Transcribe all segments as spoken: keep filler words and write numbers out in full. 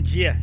dia.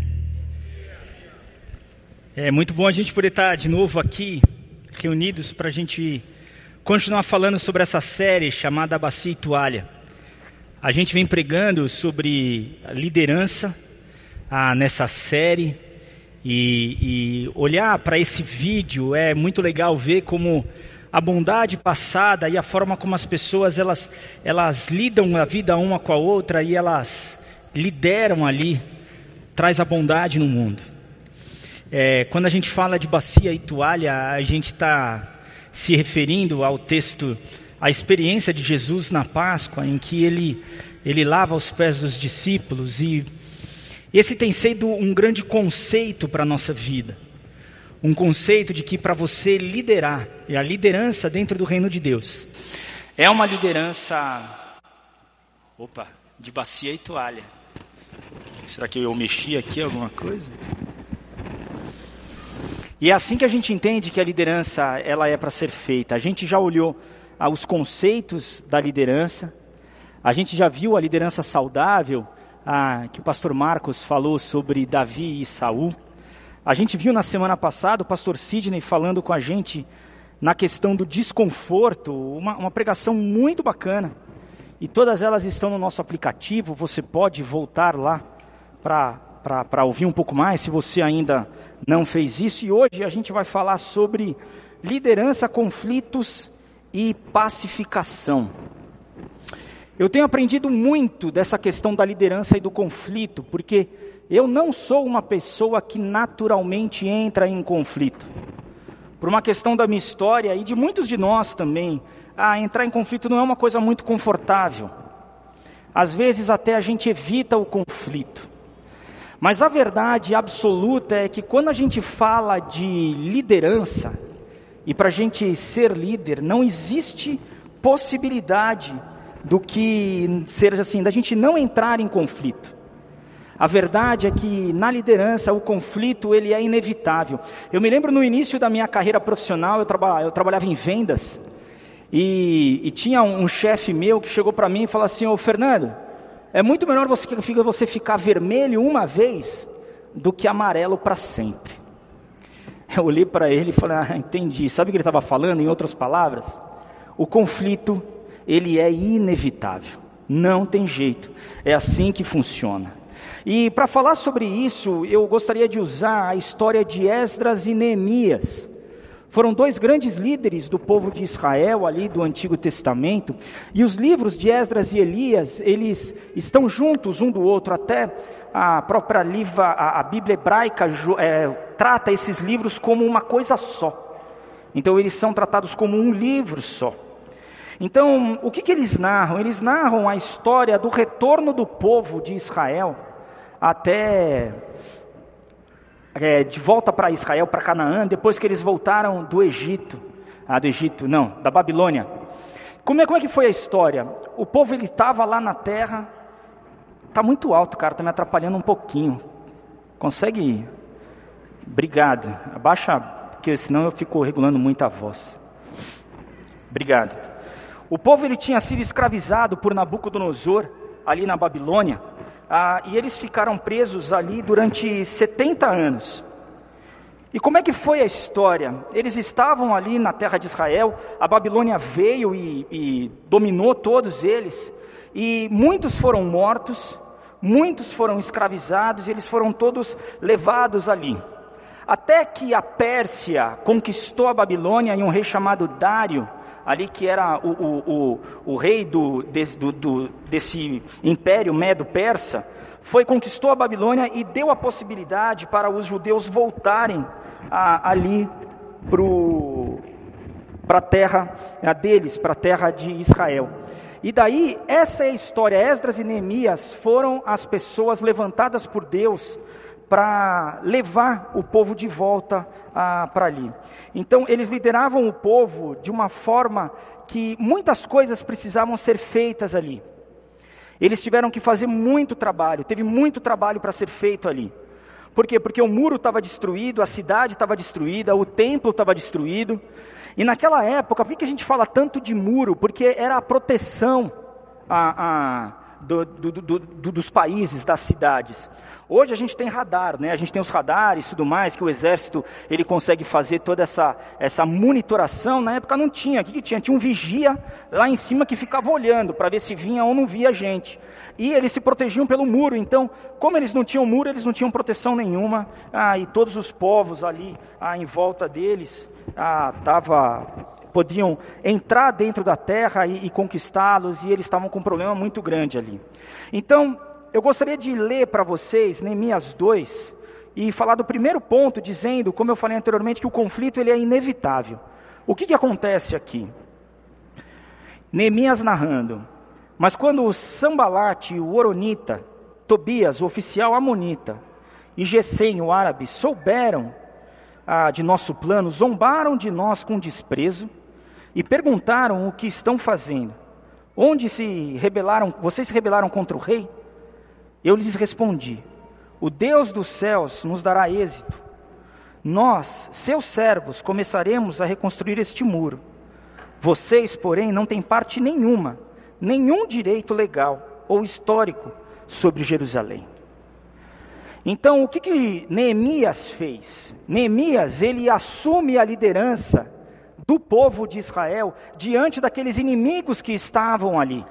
É muito bom a gente poder estar de novo aqui, reunidos, para a gente continuar falando sobre essa série chamada Bacia e Toalha. A gente vem pregando sobre liderança ah, nessa série e, e olhar para esse vídeo é muito legal ver como a bondade passada e a forma como as pessoas elas, elas lidam a vida uma com a outra e elas lideram ali, traz a bondade no mundo. É, quando a gente fala de bacia e toalha, a gente está se referindo ao texto, à experiência de Jesus na Páscoa, em que ele, ele lava os pés dos discípulos, e esse tem sido um grande conceito para a nossa vida. Um conceito de que para você liderar, e a liderança dentro do reino de Deus, é uma liderança, opa, de bacia e toalha. Será que eu mexi aqui alguma coisa? E é assim que a gente entende que a liderança ela é para ser feita. A gente já olhou ah, os conceitos da liderança, a gente já viu a liderança saudável, ah, que o pastor Marcos falou sobre Davi e Saul. A gente viu na semana passada o pastor Sidney falando com a gente na questão do desconforto, uma, uma pregação muito bacana. E todas elas estão no nosso aplicativo, você pode voltar lá para ouvir um pouco mais, se você ainda não fez isso. E hoje a gente vai falar sobre liderança, conflitos e pacificação. Eu tenho aprendido muito dessa questão da liderança e do conflito, porque eu não sou uma pessoa que naturalmente entra em conflito. Por uma questão da minha história e de muitos de nós também, ah, entrar em conflito não é uma coisa muito confortável. Às vezes até a gente evita o conflito. Mas a verdade absoluta é que quando a gente fala de liderança, e para a gente ser líder, não existe possibilidade do que ser assim, da gente não entrar em conflito. A verdade é que na liderança o conflito ele é inevitável. Eu me lembro no início da minha carreira profissional, eu, traba, eu trabalhava em vendas, e, e tinha um, um chefe meu que chegou para mim e falou assim: ô Fernando, é muito melhor você, você ficar vermelho uma vez do que amarelo para sempre. Eu olhei para ele e falei: ah, entendi. Sabe o que ele estava falando? Em outras palavras, o conflito ele é inevitável, não tem jeito, é assim que funciona. E para falar sobre isso, eu gostaria de usar a história de Esdras e Neemias. Foram dois grandes líderes do povo de Israel ali do Antigo Testamento, e os livros de Esdras e Elias, eles estão juntos um do outro, até a própria livra, a, a Bíblia hebraica é, trata esses livros como uma coisa só. Então eles são tratados como um livro só. Então, o que, que eles narram? Eles narram a história do retorno do povo de Israel até é, de volta para Israel, para Canaã, depois que eles voltaram do Egito, ah, do Egito, não, da Babilônia. Como é, como é que foi a história? O povo ele estava lá na terra, está muito alto, cara, está me atrapalhando um pouquinho. Consegue? Obrigado. Abaixa, porque senão eu fico regulando muito a voz. Obrigado. O povo ele tinha sido escravizado por Nabucodonosor ali na Babilônia. Ah, e eles ficaram presos ali durante setenta anos. E como é que foi a história? Eles estavam ali na terra de Israel, a Babilônia veio e, e dominou todos eles, e muitos foram mortos, muitos foram escravizados, e eles foram todos levados ali. Até que a Pérsia conquistou a Babilônia, e um rei chamado Dário, ali que era o, o, o, o rei do, desse, do, do, desse império medo-persa, foi, conquistou a Babilônia e deu a possibilidade para os judeus voltarem a, ali para a terra a deles, para a terra de Israel. E daí, essa é a história. Esdras e Neemias foram as pessoas levantadas por Deus para levar o povo de volta ah, para ali. Então, eles lideravam o povo de uma forma que muitas coisas precisavam ser feitas ali. Eles tiveram que fazer muito trabalho, teve muito trabalho para ser feito ali. Por quê? Porque o muro estava destruído, a cidade estava destruída, o templo estava destruído. E naquela época, por que a gente fala tanto de muro? Porque era a proteção a, a, do, do, do, do, dos países, das cidades. Hoje a gente tem radar, né? A gente tem os radares e tudo mais, que o exército ele consegue fazer toda essa, essa monitoração. Na época não tinha. O que, que tinha? Tinha um vigia lá em cima que ficava olhando para ver se vinha ou não via gente. E eles se protegiam pelo muro. Então, como eles não tinham muro, eles não tinham proteção nenhuma. Ah, e todos os povos ali ah, em volta deles ah, tava, podiam entrar dentro da terra e, e conquistá-los. E eles estavam com um problema muito grande ali. Então, eu gostaria de ler para vocês Neemias dois e falar do primeiro ponto, dizendo, como eu falei anteriormente, que o conflito ele é inevitável. O que, que acontece aqui? Neemias narrando: mas quando o Sambalate, o Horonita, Tobias, o oficial amonita, e Gesem, o árabe, souberam ah, de nosso plano, zombaram de nós com desprezo e perguntaram o que estão fazendo. Onde se rebelaram, vocês se rebelaram contra o rei? Eu lhes respondi: o Deus dos céus nos dará êxito. Nós, seus servos, começaremos a reconstruir este muro. Vocês, porém, não têm parte nenhuma, nenhum direito legal ou histórico sobre Jerusalém. Então, o que, que Neemias fez? Neemias, ele assume a liderança do povo de Israel diante daqueles inimigos que estavam ali.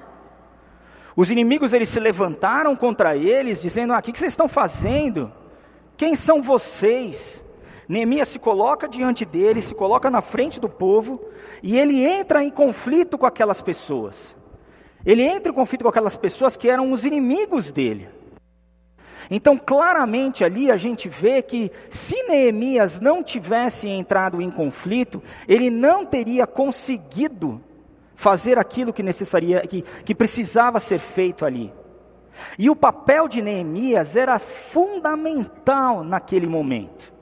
Os inimigos, eles se levantaram contra eles, dizendo: ah, o que vocês estão fazendo? Quem são vocês? Neemias se coloca diante deles, se coloca na frente do povo, e ele entra em conflito com aquelas pessoas. Ele entra em conflito com aquelas pessoas que eram os inimigos dele. Então, claramente ali a gente vê que se Neemias não tivesse entrado em conflito, ele não teria conseguido fazer aquilo que, necessaria, que, que precisava ser feito ali. E o papel de Neemias era fundamental naquele momento.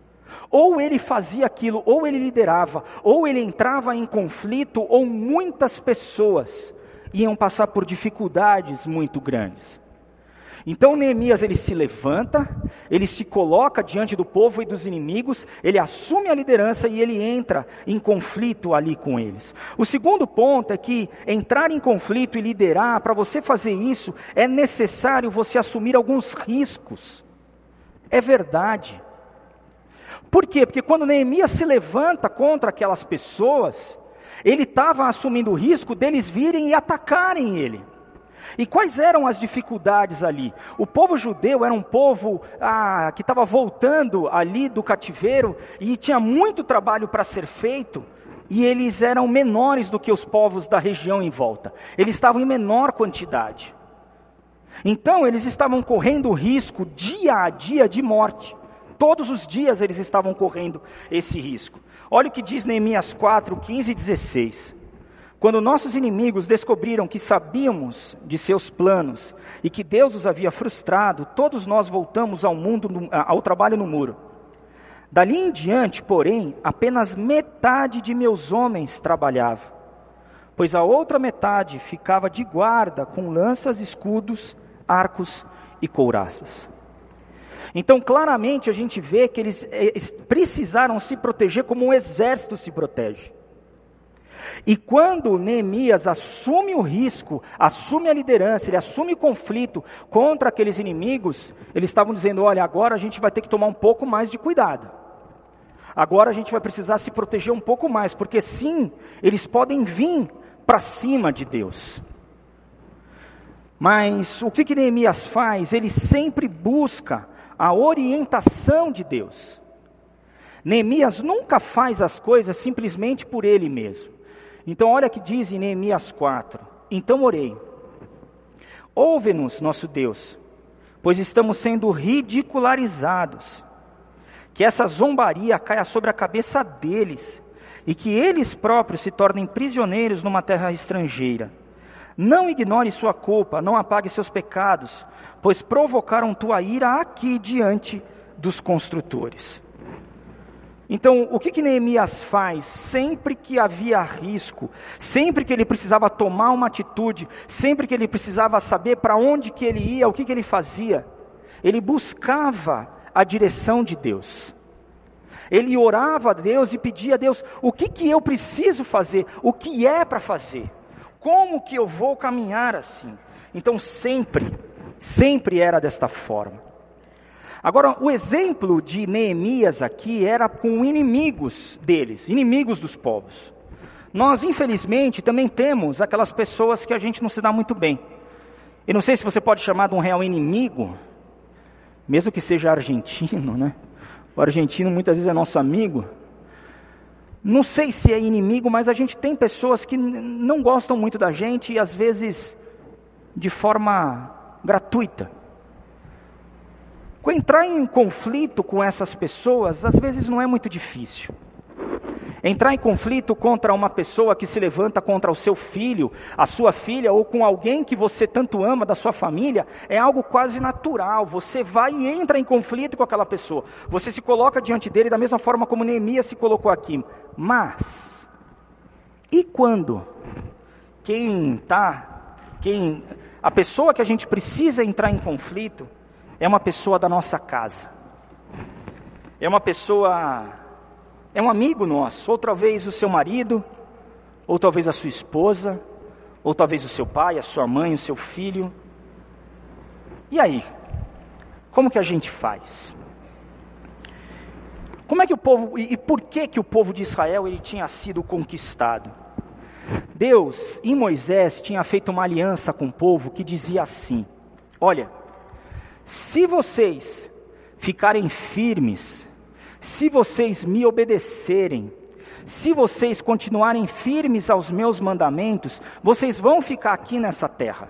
Ou ele fazia aquilo, ou ele liderava, ou ele entrava em conflito, ou muitas pessoas iam passar por dificuldades muito grandes. Então Neemias, ele se levanta, ele se coloca diante do povo e dos inimigos, ele assume a liderança e ele entra em conflito ali com eles. O segundo ponto é que entrar em conflito e liderar, para você fazer isso, é necessário você assumir alguns riscos. É verdade. Por quê? Porque quando Neemias se levanta contra aquelas pessoas, ele estava assumindo o risco deles virem e atacarem ele. E quais eram as dificuldades ali? O povo judeu era um povo ah, que estava voltando ali do cativeiro e tinha muito trabalho para ser feito, e eles eram menores do que os povos da região em volta. Eles estavam em menor quantidade. Então eles estavam correndo o risco dia a dia de morte. Todos os dias eles estavam correndo esse risco. Olha o que diz Neemias quatro, quinze e dezesseis. Quando nossos inimigos descobriram que sabíamos de seus planos e que Deus os havia frustrado, todos nós voltamos ao mundo, ao trabalho no muro. Dali em diante, porém, apenas metade de meus homens trabalhava, pois a outra metade ficava de guarda com lanças, escudos, arcos e couraças. Então, claramente a gente vê que eles precisaram se proteger como um exército se protege. E quando Neemias assume o risco, assume a liderança, ele assume o conflito contra aqueles inimigos, eles estavam dizendo: olha, agora a gente vai ter que tomar um pouco mais de cuidado. Agora a gente vai precisar se proteger um pouco mais, porque sim, eles podem vir para cima de Deus. Mas o que que Neemias faz? Ele sempre busca a orientação de Deus. Neemias nunca faz as coisas simplesmente por ele mesmo. Então olha o que diz em Neemias quatro. Então orei: ouve-nos, nosso Deus, pois estamos sendo ridicularizados. Que essa zombaria caia sobre a cabeça deles, e que eles próprios se tornem prisioneiros numa terra estrangeira. Não ignore sua culpa, não apague seus pecados, pois provocaram tua ira aqui diante dos construtores. Então, o que que Neemias faz? Sempre que havia risco, sempre que ele precisava tomar uma atitude, sempre que ele precisava saber para onde que ele ia, o que que ele fazia, ele buscava a direção de Deus. Ele orava a Deus e pedia a Deus: o que que eu preciso fazer? O que é para fazer? Como que eu vou caminhar assim? Então sempre, sempre era desta forma. Agora, o exemplo de Neemias aqui era com inimigos deles, inimigos dos povos. Nós, infelizmente, também temos aquelas pessoas que a gente não se dá muito bem. Eu não sei se você pode chamar de um real inimigo, mesmo que seja argentino, né? O argentino muitas vezes é nosso amigo. Não sei se é inimigo, mas a gente tem pessoas que não gostam muito da gente e às vezes de forma gratuita. Entrar em conflito com essas pessoas, às vezes não é muito difícil. Entrar em conflito contra uma pessoa que se levanta contra o seu filho, a sua filha, ou com alguém que você tanto ama da sua família, é algo quase natural. Você vai e entra em conflito com aquela pessoa. Você se coloca diante dele da mesma forma como Neemias se colocou aqui. Mas, e quando quem está, quem, a pessoa que a gente precisa entrar em conflito, é uma pessoa da nossa casa, é uma pessoa, é um amigo nosso, ou talvez o seu marido, ou talvez a sua esposa, ou talvez o seu pai, a sua mãe, o seu filho. E aí? Como que a gente faz? Como é que o povo, e, e por que que o povo de Israel ele tinha sido conquistado? Deus, em Moisés, tinha feito uma aliança com o povo que dizia assim: olha, se vocês ficarem firmes, se vocês me obedecerem, se vocês continuarem firmes aos meus mandamentos, vocês vão ficar aqui nessa terra.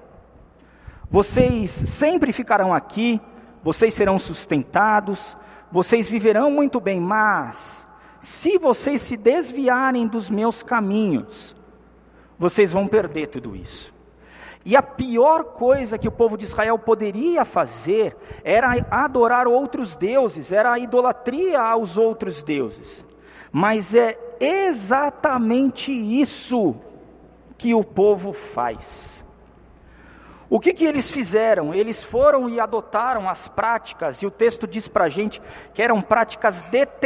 Vocês sempre ficarão aqui, vocês serão sustentados, vocês viverão muito bem, mas se vocês se desviarem dos meus caminhos, vocês vão perder tudo isso. E a pior coisa que o povo de Israel poderia fazer era adorar outros deuses, era a idolatria aos outros deuses. Mas é exatamente isso que o povo faz. O que que eles fizeram? Eles foram e adotaram as práticas, e o texto diz para a gente que eram práticas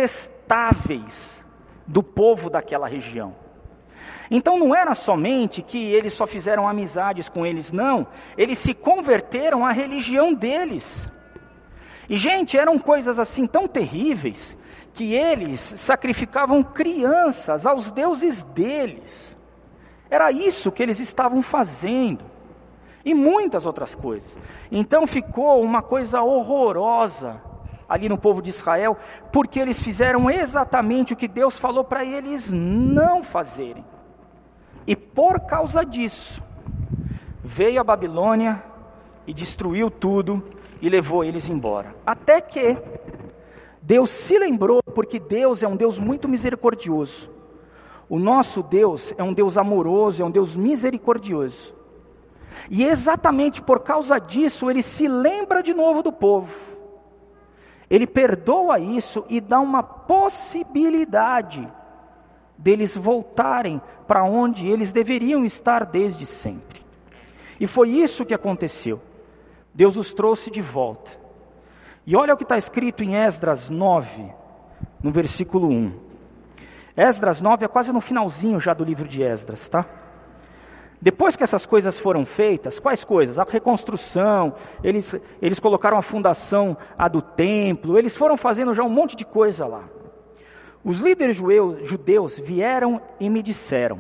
detestáveis do povo daquela região. Então não era somente que eles só fizeram amizades com eles, não. Eles se converteram à religião deles. E gente, eram coisas assim tão terríveis, que eles sacrificavam crianças aos deuses deles. Era isso que eles estavam fazendo. E muitas outras coisas. Então ficou uma coisa horrorosa ali no povo de Israel, porque eles fizeram exatamente o que Deus falou para eles não fazerem. E por causa disso, veio a Babilônia e destruiu tudo e levou eles embora. Até que Deus se lembrou, porque Deus é um Deus muito misericordioso. O nosso Deus é um Deus amoroso, é um Deus misericordioso. E exatamente por causa disso, Ele se lembra de novo do povo. Ele perdoa isso e dá uma possibilidade deles voltarem para onde eles deveriam estar desde sempre. E foi isso que aconteceu. Deus os trouxe de volta. E olha o que está escrito em Esdras nove, no versículo um. Esdras nove é quase no finalzinho já do livro de Esdras, tá? Depois que essas coisas foram feitas, quais coisas? A reconstrução, eles, eles colocaram a fundação a do templo, eles foram fazendo já um monte de coisa lá. Os líderes judeus vieram e me disseram: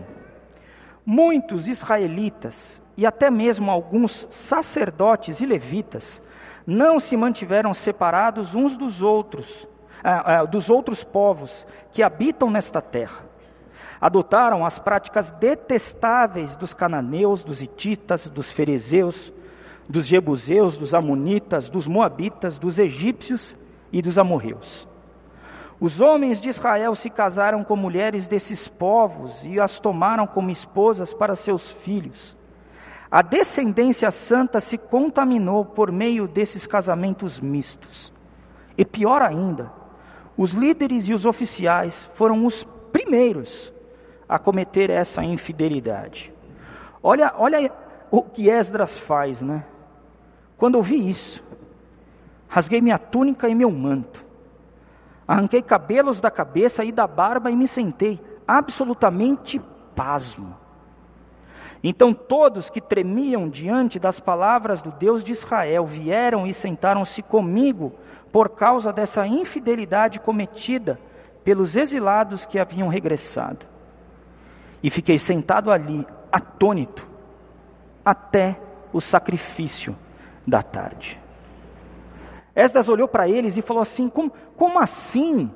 muitos israelitas e até mesmo alguns sacerdotes e levitas não se mantiveram separados uns dos outros, ah, ah, dos outros povos que habitam nesta terra. Adotaram as práticas detestáveis dos cananeus, dos hititas, dos ferezeus, dos jebuseus, dos amonitas, dos moabitas, dos egípcios e dos amorreus. Os homens de Israel se casaram com mulheres desses povos e as tomaram como esposas para seus filhos. A descendência santa se contaminou por meio desses casamentos mistos. E pior ainda, os líderes e os oficiais foram os primeiros a cometer essa infidelidade. Olha, olha o que Esdras faz, né? Quando eu vi isso, rasguei minha túnica e meu manto. Arranquei cabelos da cabeça e da barba e me sentei absolutamente pasmo. Então todos que tremiam diante das palavras do Deus de Israel vieram e sentaram-se comigo por causa dessa infidelidade cometida pelos exilados que haviam regressado. E fiquei sentado ali, atônito, até o sacrifício da tarde. Esdras olhou para eles e falou assim: como, como assim?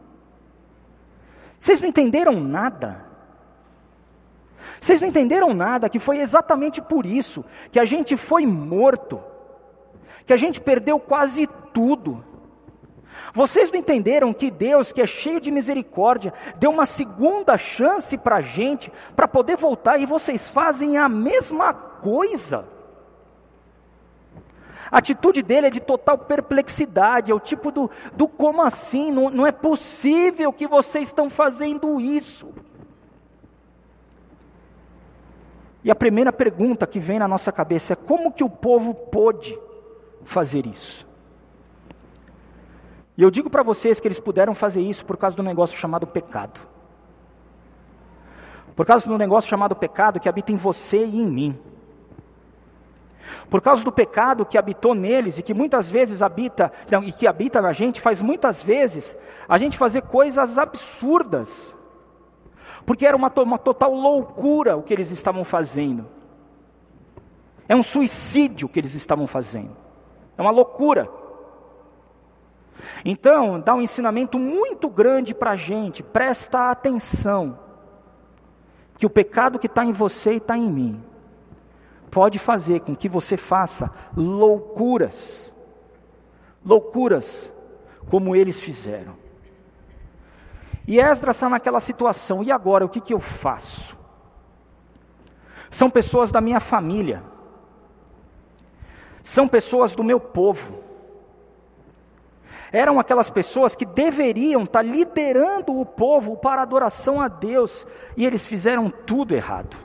Vocês não entenderam nada? Vocês não entenderam nada, que foi exatamente por isso que a gente foi morto, que a gente perdeu quase tudo. Vocês não entenderam que Deus, que é cheio de misericórdia, deu uma segunda chance para a gente, para poder voltar, e vocês fazem a mesma coisa. A atitude dele é de total perplexidade, é o tipo do, do como assim, não, não é possível que vocês estão fazendo isso. E a primeira pergunta que vem na nossa cabeça é: como que o povo pôde fazer isso? E eu digo para vocês que eles puderam fazer isso por causa do negócio chamado pecado. Por causa do negócio chamado pecado que habita em você e em mim. Por causa do pecado que habitou neles e que muitas vezes habita, não, e que habita na gente, faz muitas vezes a gente fazer coisas absurdas. Porque era uma, uma total loucura o que eles estavam fazendo. É um suicídio o que eles estavam fazendo. É uma loucura. Então, dá um ensinamento muito grande para a gente. Presta atenção. Que o pecado que está em você e está em mim pode fazer com que você faça loucuras. Loucuras como eles fizeram. E Esdras está naquela situação: e agora, o que, que eu faço? São pessoas da minha família. São pessoas do meu povo. Eram aquelas pessoas que deveriam estar liderando o povo para a adoração a Deus. E eles fizeram tudo errado.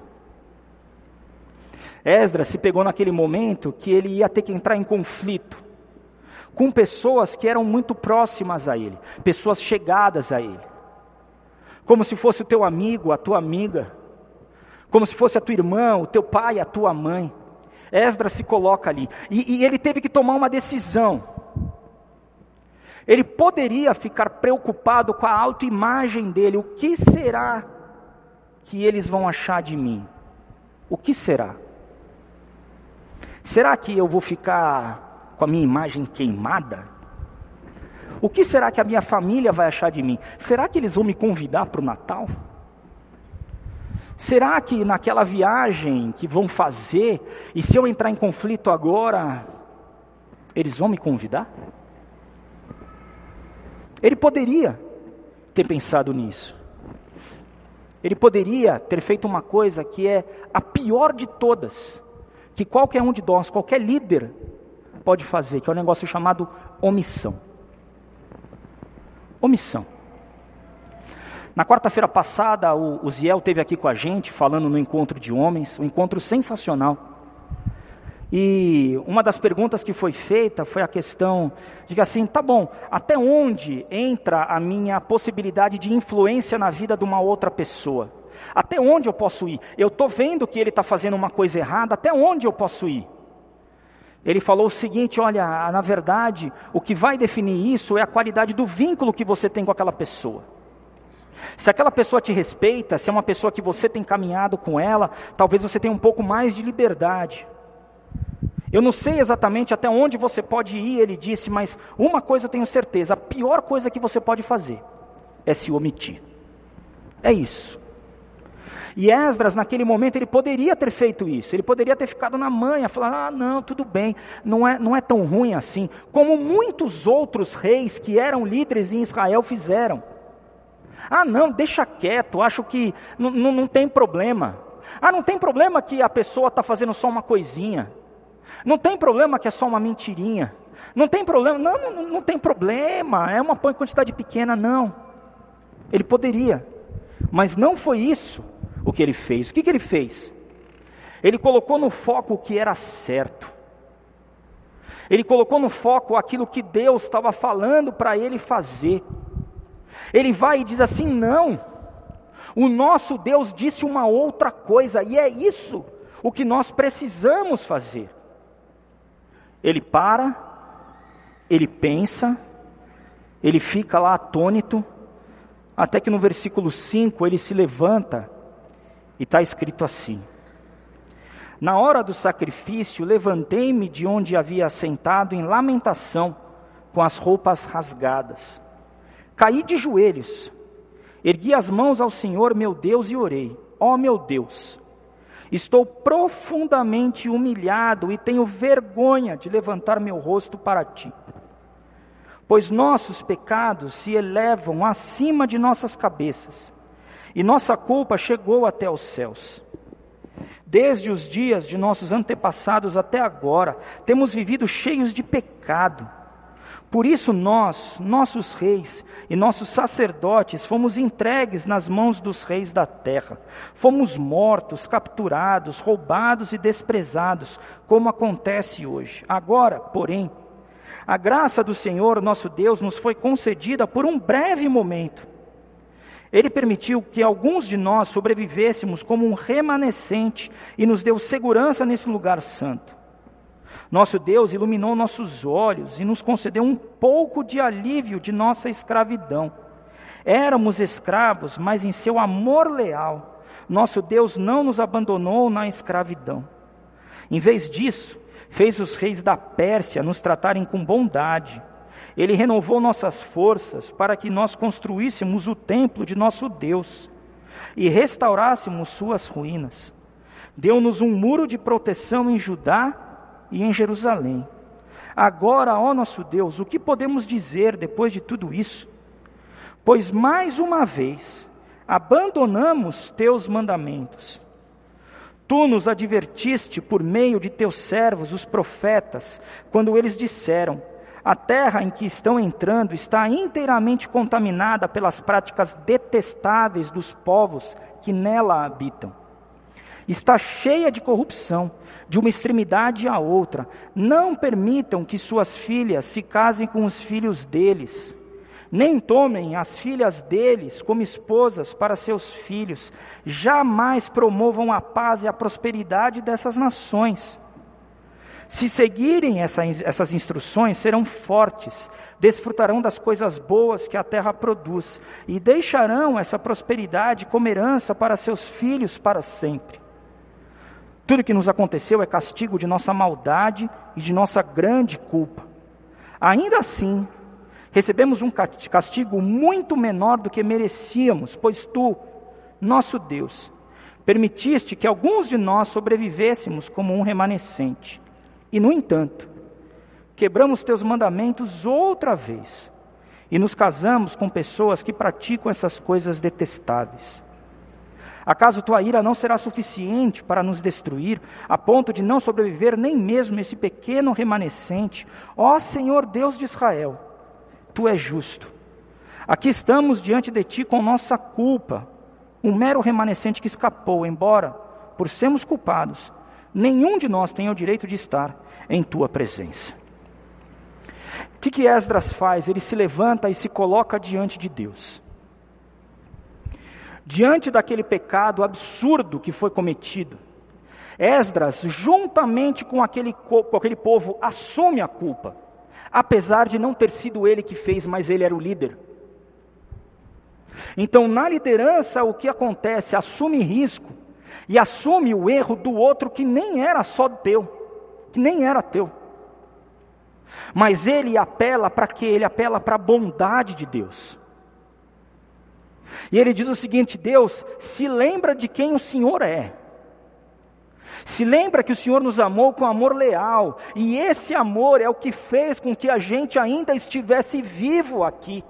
Esdras se pegou naquele momento que ele ia ter que entrar em conflito com pessoas que eram muito próximas a ele. Pessoas chegadas a ele. Como se fosse o teu amigo, a tua amiga. Como se fosse a tua irmã, o teu pai, a tua mãe. Esdras se coloca ali. E, e ele teve que tomar uma decisão. Ele poderia ficar preocupado com a autoimagem dele. O que será que eles vão achar de mim? O que será? Será que eu vou ficar com a minha imagem queimada? O que será que a minha família vai achar de mim? Será que eles vão me convidar para o Natal? Será que naquela viagem que vão fazer, e se eu entrar em conflito agora, eles vão me convidar? Ele poderia ter pensado nisso. Ele poderia ter feito uma coisa que é a pior de todas, que qualquer um de nós, qualquer líder pode fazer, que é um negócio chamado omissão. Omissão. Na quarta-feira passada, o, o Ziel esteve aqui com a gente, falando no encontro de homens, um encontro sensacional. E uma das perguntas que foi feita foi a questão de que assim, tá bom, até onde entra a minha possibilidade de influência na vida de uma outra pessoa? Até onde eu posso ir? Eu estou vendo que ele está fazendo uma coisa errada, até onde eu posso ir? Ele falou o seguinte: olha, na verdade, o que vai definir isso é a qualidade do vínculo que você tem com aquela pessoa. Se aquela pessoa te respeita, se é uma pessoa que você tem caminhado com ela, talvez você tenha um pouco mais de liberdade. Eu não sei exatamente até onde você pode ir, ele disse, mas uma coisa eu tenho certeza: a pior coisa que você pode fazer é se omitir. É isso. E Esdras, naquele momento, ele poderia ter feito isso. Ele poderia ter ficado na manha, falando: ah, não, tudo bem, não é, não é tão ruim assim. Como muitos outros reis que eram líderes em Israel fizeram. Ah, não, deixa quieto, acho que não, não, não tem problema. Ah, não tem problema que a pessoa está fazendo só uma coisinha. Não tem problema que é só uma mentirinha. Não tem problema, não, não, não tem problema, é uma quantidade pequena, não. Ele poderia, mas não foi isso o que ele fez. O que, que ele fez? Ele colocou no foco o que era certo. Ele colocou no foco aquilo que Deus estava falando para ele fazer. Ele vai e diz assim: não, o nosso Deus disse uma outra coisa, e é isso o que nós precisamos fazer. Ele para, ele pensa, ele fica lá atônito, até que no versículo cinco ele se levanta e está escrito assim: na hora do sacrifício, levantei-me de onde havia assentado em lamentação, com as roupas rasgadas. Caí de joelhos, ergui as mãos ao Senhor meu Deus e orei: ó meu Deus, estou profundamente humilhado e tenho vergonha de levantar meu rosto para ti, pois nossos pecados se elevam acima de nossas cabeças, e nossa culpa chegou até os céus. Desde os dias de nossos antepassados até agora, temos vivido cheios de pecado. Por isso nós, nossos reis e nossos sacerdotes, fomos entregues nas mãos dos reis da terra. Fomos mortos, capturados, roubados e desprezados, como acontece hoje. Agora, porém, a graça do Senhor, nosso Deus, nos foi concedida por um breve momento. Ele permitiu que alguns de nós sobrevivêssemos como um remanescente e nos deu segurança nesse lugar santo. Nosso Deus iluminou nossos olhos e nos concedeu um pouco de alívio de nossa escravidão. Éramos escravos, mas em seu amor leal, nosso Deus não nos abandonou na escravidão. Em vez disso, fez os reis da Pérsia nos tratarem com bondade. Ele renovou nossas forças para que nós construíssemos o templo de nosso Deus e restaurássemos suas ruínas. Deu-nos um muro de proteção em Judá e em Jerusalém. Agora, ó nosso Deus, o que podemos dizer depois de tudo isso? Pois mais uma vez abandonamos teus mandamentos. Tu nos advertiste por meio de teus servos, os profetas, quando eles disseram: a terra em que estão entrando está inteiramente contaminada pelas práticas detestáveis dos povos que nela habitam. Está cheia de corrupção, de uma extremidade à outra. Não permitam que suas filhas se casem com os filhos deles, nem tomem as filhas deles como esposas para seus filhos. Jamais promovam a paz e a prosperidade dessas nações. Se seguirem essa, essas instruções, serão fortes, desfrutarão das coisas boas que a terra produz, e deixarão essa prosperidade como herança para seus filhos para sempre. Tudo que nos aconteceu é castigo de nossa maldade e de nossa grande culpa. Ainda assim, recebemos um castigo muito menor do que merecíamos, pois tu, nosso Deus, permitiste que alguns de nós sobrevivêssemos como um remanescente. E, no entanto, quebramos teus mandamentos outra vez e nos casamos com pessoas que praticam essas coisas detestáveis. Acaso tua ira não será suficiente para nos destruir, a ponto de não sobreviver nem mesmo esse pequeno remanescente? Ó Senhor Deus de Israel, tu és justo. Aqui estamos diante de ti com nossa culpa, um mero remanescente que escapou, embora, por sermos culpados, nenhum de nós tenha o direito de estar em tua presença. O que que Esdras faz? Ele se levanta e se coloca diante de Deus. Diante daquele pecado absurdo que foi cometido, Esdras, juntamente com aquele, com aquele povo, assume a culpa, apesar de não ter sido ele que fez, mas ele era o líder. Então, na liderança, o que acontece? Assume risco e assume o erro do outro que nem era só teu, que nem era teu. Mas ele apela para quê? Ele apela para a bondade de Deus. E ele diz o seguinte: Deus, se lembra de quem o Senhor é. Se lembra que o Senhor nos amou com amor leal. E esse amor é o que fez com que a gente ainda estivesse vivo aqui.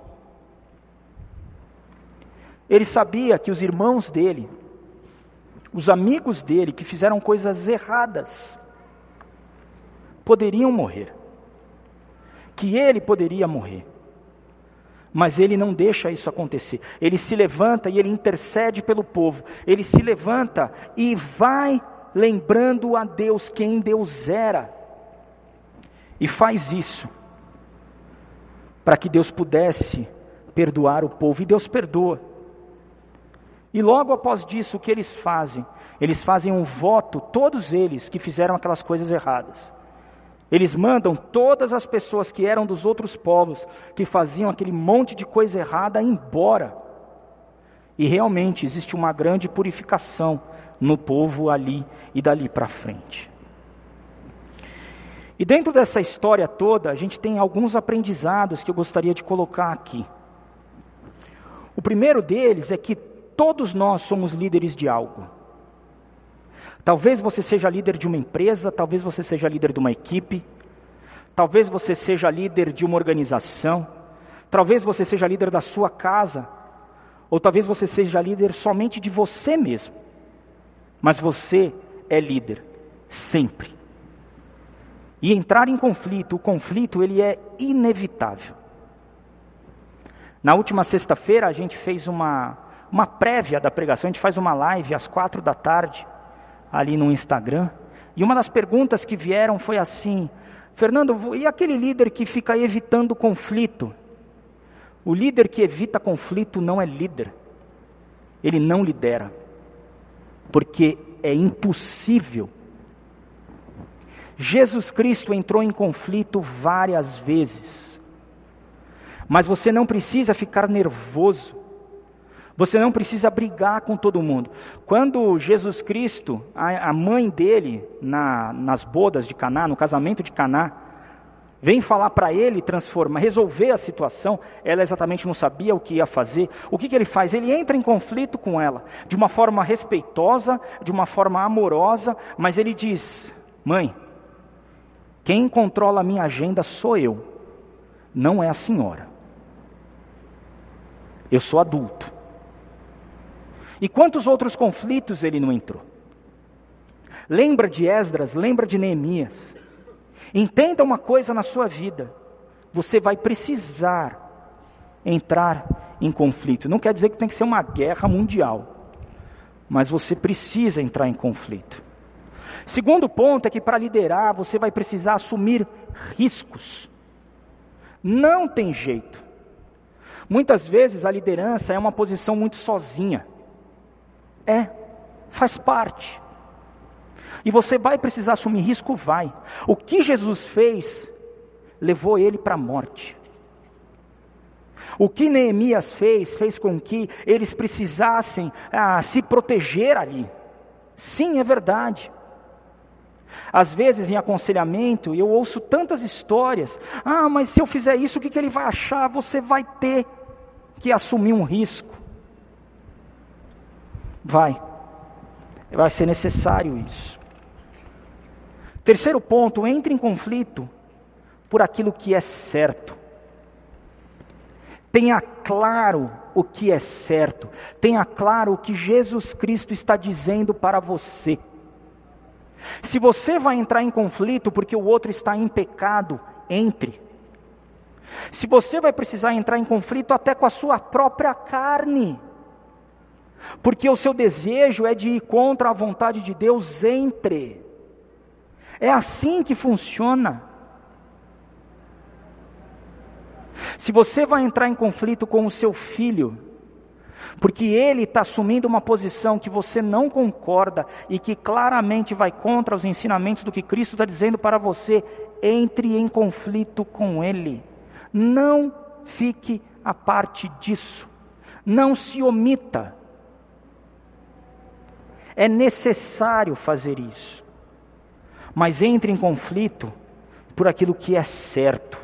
Ele sabia que os irmãos dele, os amigos dele que fizeram coisas erradas, poderiam morrer. Que ele poderia morrer. Mas ele não deixa isso acontecer. Ele se levanta e ele intercede pelo povo. Ele se levanta e vai lembrando a Deus quem Deus era. E faz isso para que Deus pudesse perdoar o povo. E Deus perdoa. E logo após disso, o que eles fazem? Eles fazem um voto, todos eles que fizeram aquelas coisas erradas. Eles mandam todas as pessoas que eram dos outros povos, que faziam aquele monte de coisa errada, embora. E realmente existe uma grande purificação no povo ali e dali para frente. E dentro dessa história toda, a gente tem alguns aprendizados que eu gostaria de colocar aqui. O primeiro deles é que todos nós somos líderes de algo. Talvez você seja líder de uma empresa, talvez você seja líder de uma equipe, talvez você seja líder de uma organização, talvez você seja líder da sua casa, ou talvez você seja líder somente de você mesmo. Mas você é líder, sempre. E entrar em conflito, o conflito ele é inevitável. Na última sexta-feira a gente fez uma, uma prévia da pregação, a gente faz uma live às quatro da tarde, ali no Instagram, e uma das perguntas que vieram foi assim: Fernando, e aquele líder que fica evitando conflito? O líder que evita conflito não é líder, ele não lidera, porque é impossível. Jesus Cristo entrou em conflito várias vezes, mas você não precisa ficar nervoso, você não precisa brigar com todo mundo. Quando Jesus Cristo, a, a mãe dele, na, nas bodas de Caná, no casamento de Caná, vem falar para ele transformar, resolver a situação, ela exatamente não sabia o que ia fazer. O que, que ele faz? Ele entra em conflito com ela, de uma forma respeitosa, de uma forma amorosa, mas ele diz: mãe, quem controla a minha agenda sou eu, não é a senhora. Eu sou adulto. E quantos outros conflitos ele não entrou? Lembra de Esdras, lembra de Neemias. Entenda uma coisa na sua vida: você vai precisar entrar em conflito. Não quer dizer que tem que ser uma guerra mundial, mas você precisa entrar em conflito. Segundo ponto é que para liderar você vai precisar assumir riscos. Não tem jeito. Muitas vezes a liderança é uma posição muito sozinha. É, faz parte. E você vai precisar assumir risco, vai. O que Jesus fez, levou ele para a morte. O que Neemias fez, fez com que eles precisassem ah, se proteger ali. Sim, é verdade. Às vezes em aconselhamento, eu ouço tantas histórias. Ah, mas se eu fizer isso, o que, que ele vai achar? Você vai ter que assumir um risco. Vai. Vai ser necessário isso. Terceiro ponto: entre em conflito por aquilo que é certo. Tenha claro o que é certo. Tenha claro o que Jesus Cristo está dizendo para você. Se você vai entrar em conflito porque o outro está em pecado, entre. Se você vai precisar entrar em conflito até com a sua própria carne, porque o seu desejo é de ir contra a vontade de Deus, entre. É assim que funciona. Se você vai entrar em conflito com o seu filho, porque ele está assumindo uma posição que você não concorda e que claramente vai contra os ensinamentos do que Cristo está dizendo para você, entre em conflito com ele. Não fique à parte disso. Não se omita. É necessário fazer isso. Mas entre em conflito por aquilo que é certo.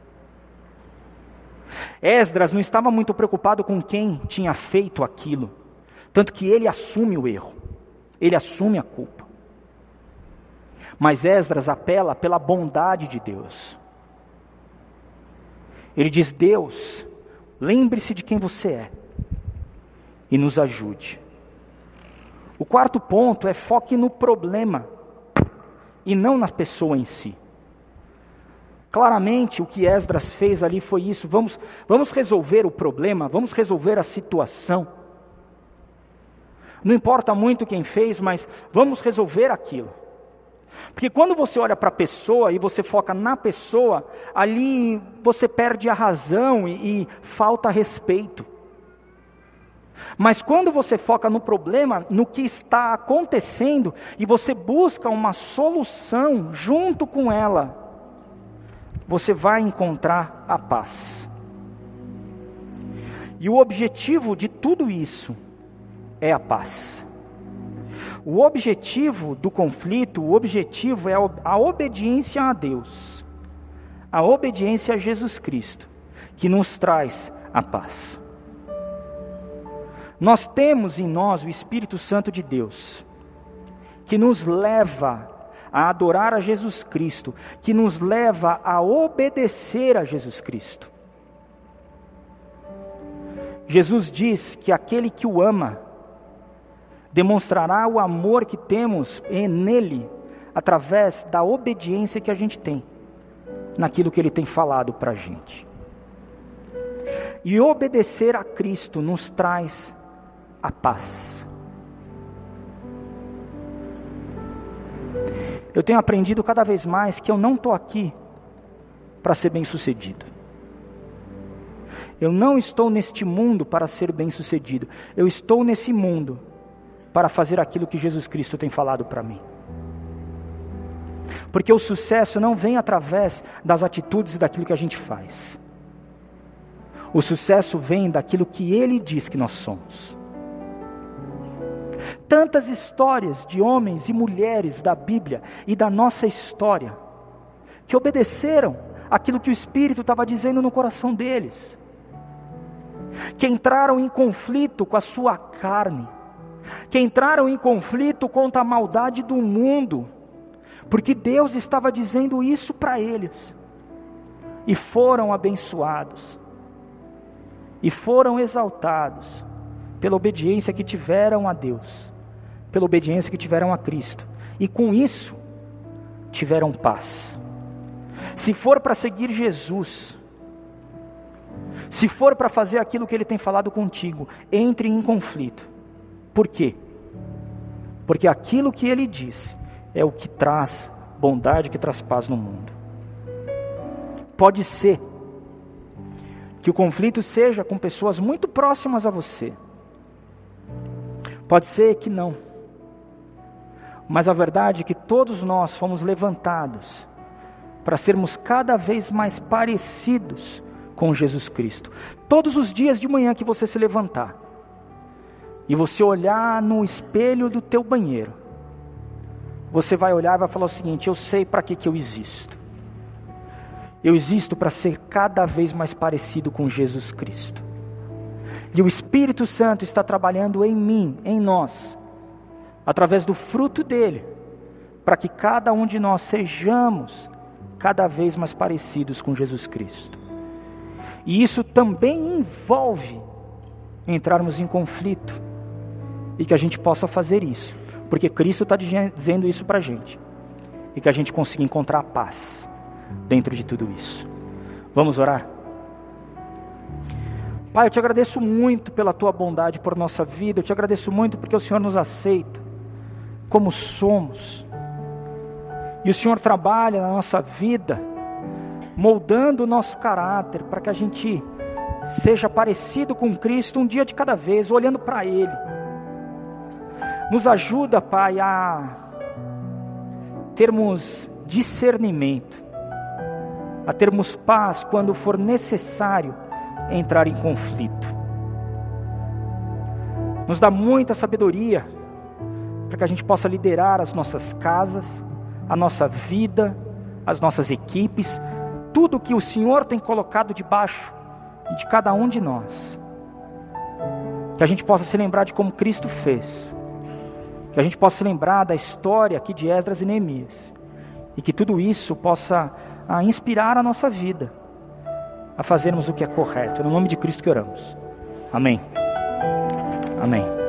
Esdras não estava muito preocupado com quem tinha feito aquilo, tanto que ele assume o erro, ele assume a culpa. Mas Esdras apela pela bondade de Deus. Ele diz: Deus, lembre-se de quem você é e nos ajude. O quarto ponto é: foque no problema e não na pessoa em si. Claramente o que Esdras fez ali foi isso. Vamos, vamos resolver o problema, vamos resolver a situação. Não importa muito quem fez, mas vamos resolver aquilo. Porque quando você olha para a pessoa e você foca na pessoa, ali você perde a razão e, e falta respeito. Mas quando você foca no problema, no que está acontecendo, e você busca uma solução junto com ela, você vai encontrar a paz. E o objetivo de tudo isso é a paz. O objetivo do conflito, o objetivo é a obediência a Deus, a obediência a Jesus Cristo, que nos traz a paz. Nós temos em nós o Espírito Santo de Deus, que nos leva a adorar a Jesus Cristo, que nos leva a obedecer a Jesus Cristo. Jesus diz que aquele que o ama, demonstrará o amor que temos nele, através da obediência que a gente tem, naquilo que ele tem falado para a gente. E obedecer a Cristo nos traz a paz. Eu tenho aprendido cada vez mais que eu não estou aqui para ser bem-sucedido. Eu não estou neste mundo para ser bem-sucedido. Eu estou nesse mundo para fazer aquilo que Jesus Cristo tem falado para mim. Porque o sucesso não vem através das atitudes e daquilo que a gente faz. O sucesso vem daquilo que Ele diz que nós somos. Tantas histórias de homens e mulheres da Bíblia e da nossa história, que obedeceram aquilo que o Espírito estava dizendo no coração deles, que entraram em conflito com a sua carne, que entraram em conflito contra a maldade do mundo, porque Deus estava dizendo isso para eles, e foram abençoados, e foram exaltados, pela obediência que tiveram a Deus, pela obediência que tiveram a Cristo, e com isso, tiveram paz. Se for para seguir Jesus, se for para fazer aquilo que Ele tem falado contigo, entre em conflito. Por quê? Porque aquilo que Ele diz é o que traz bondade, que traz paz no mundo. Pode ser que o conflito seja com pessoas muito próximas a você. Pode ser que não. Mas a verdade é que todos nós fomos levantados para sermos cada vez mais parecidos com Jesus Cristo. Todos os dias de manhã que você se levantar e você olhar no espelho do teu banheiro, você vai olhar e vai falar o seguinte: eu sei para que que eu existo. Eu existo para ser cada vez mais parecido com Jesus Cristo. E o Espírito Santo está trabalhando em mim, em nós, através do fruto dele, para que cada um de nós sejamos cada vez mais parecidos com Jesus Cristo. E isso também envolve entrarmos em conflito, e que a gente possa fazer isso, porque Cristo está dizendo isso para a gente, e que a gente consiga encontrar paz dentro de tudo isso. Vamos orar? Pai, eu te agradeço muito pela tua bondade por nossa vida, eu te agradeço muito porque o Senhor nos aceita como somos, e o Senhor trabalha na nossa vida, moldando o nosso caráter, para que a gente seja parecido com Cristo um dia de cada vez, olhando para Ele. Nos ajuda, Pai, a termos discernimento, a termos paz quando for necessário entrar em conflito. Nos dá muita sabedoria para que a gente possa liderar as nossas casas, a nossa vida, as nossas equipes, tudo que o Senhor tem colocado debaixo de cada um de nós. Que a gente possa se lembrar de como Cristo fez, que a gente possa se lembrar da história aqui de Esdras e Neemias, e que tudo isso possa a inspirar a nossa vida a fazermos o que é correto. É no nome de Cristo que oramos. Amém. Amém.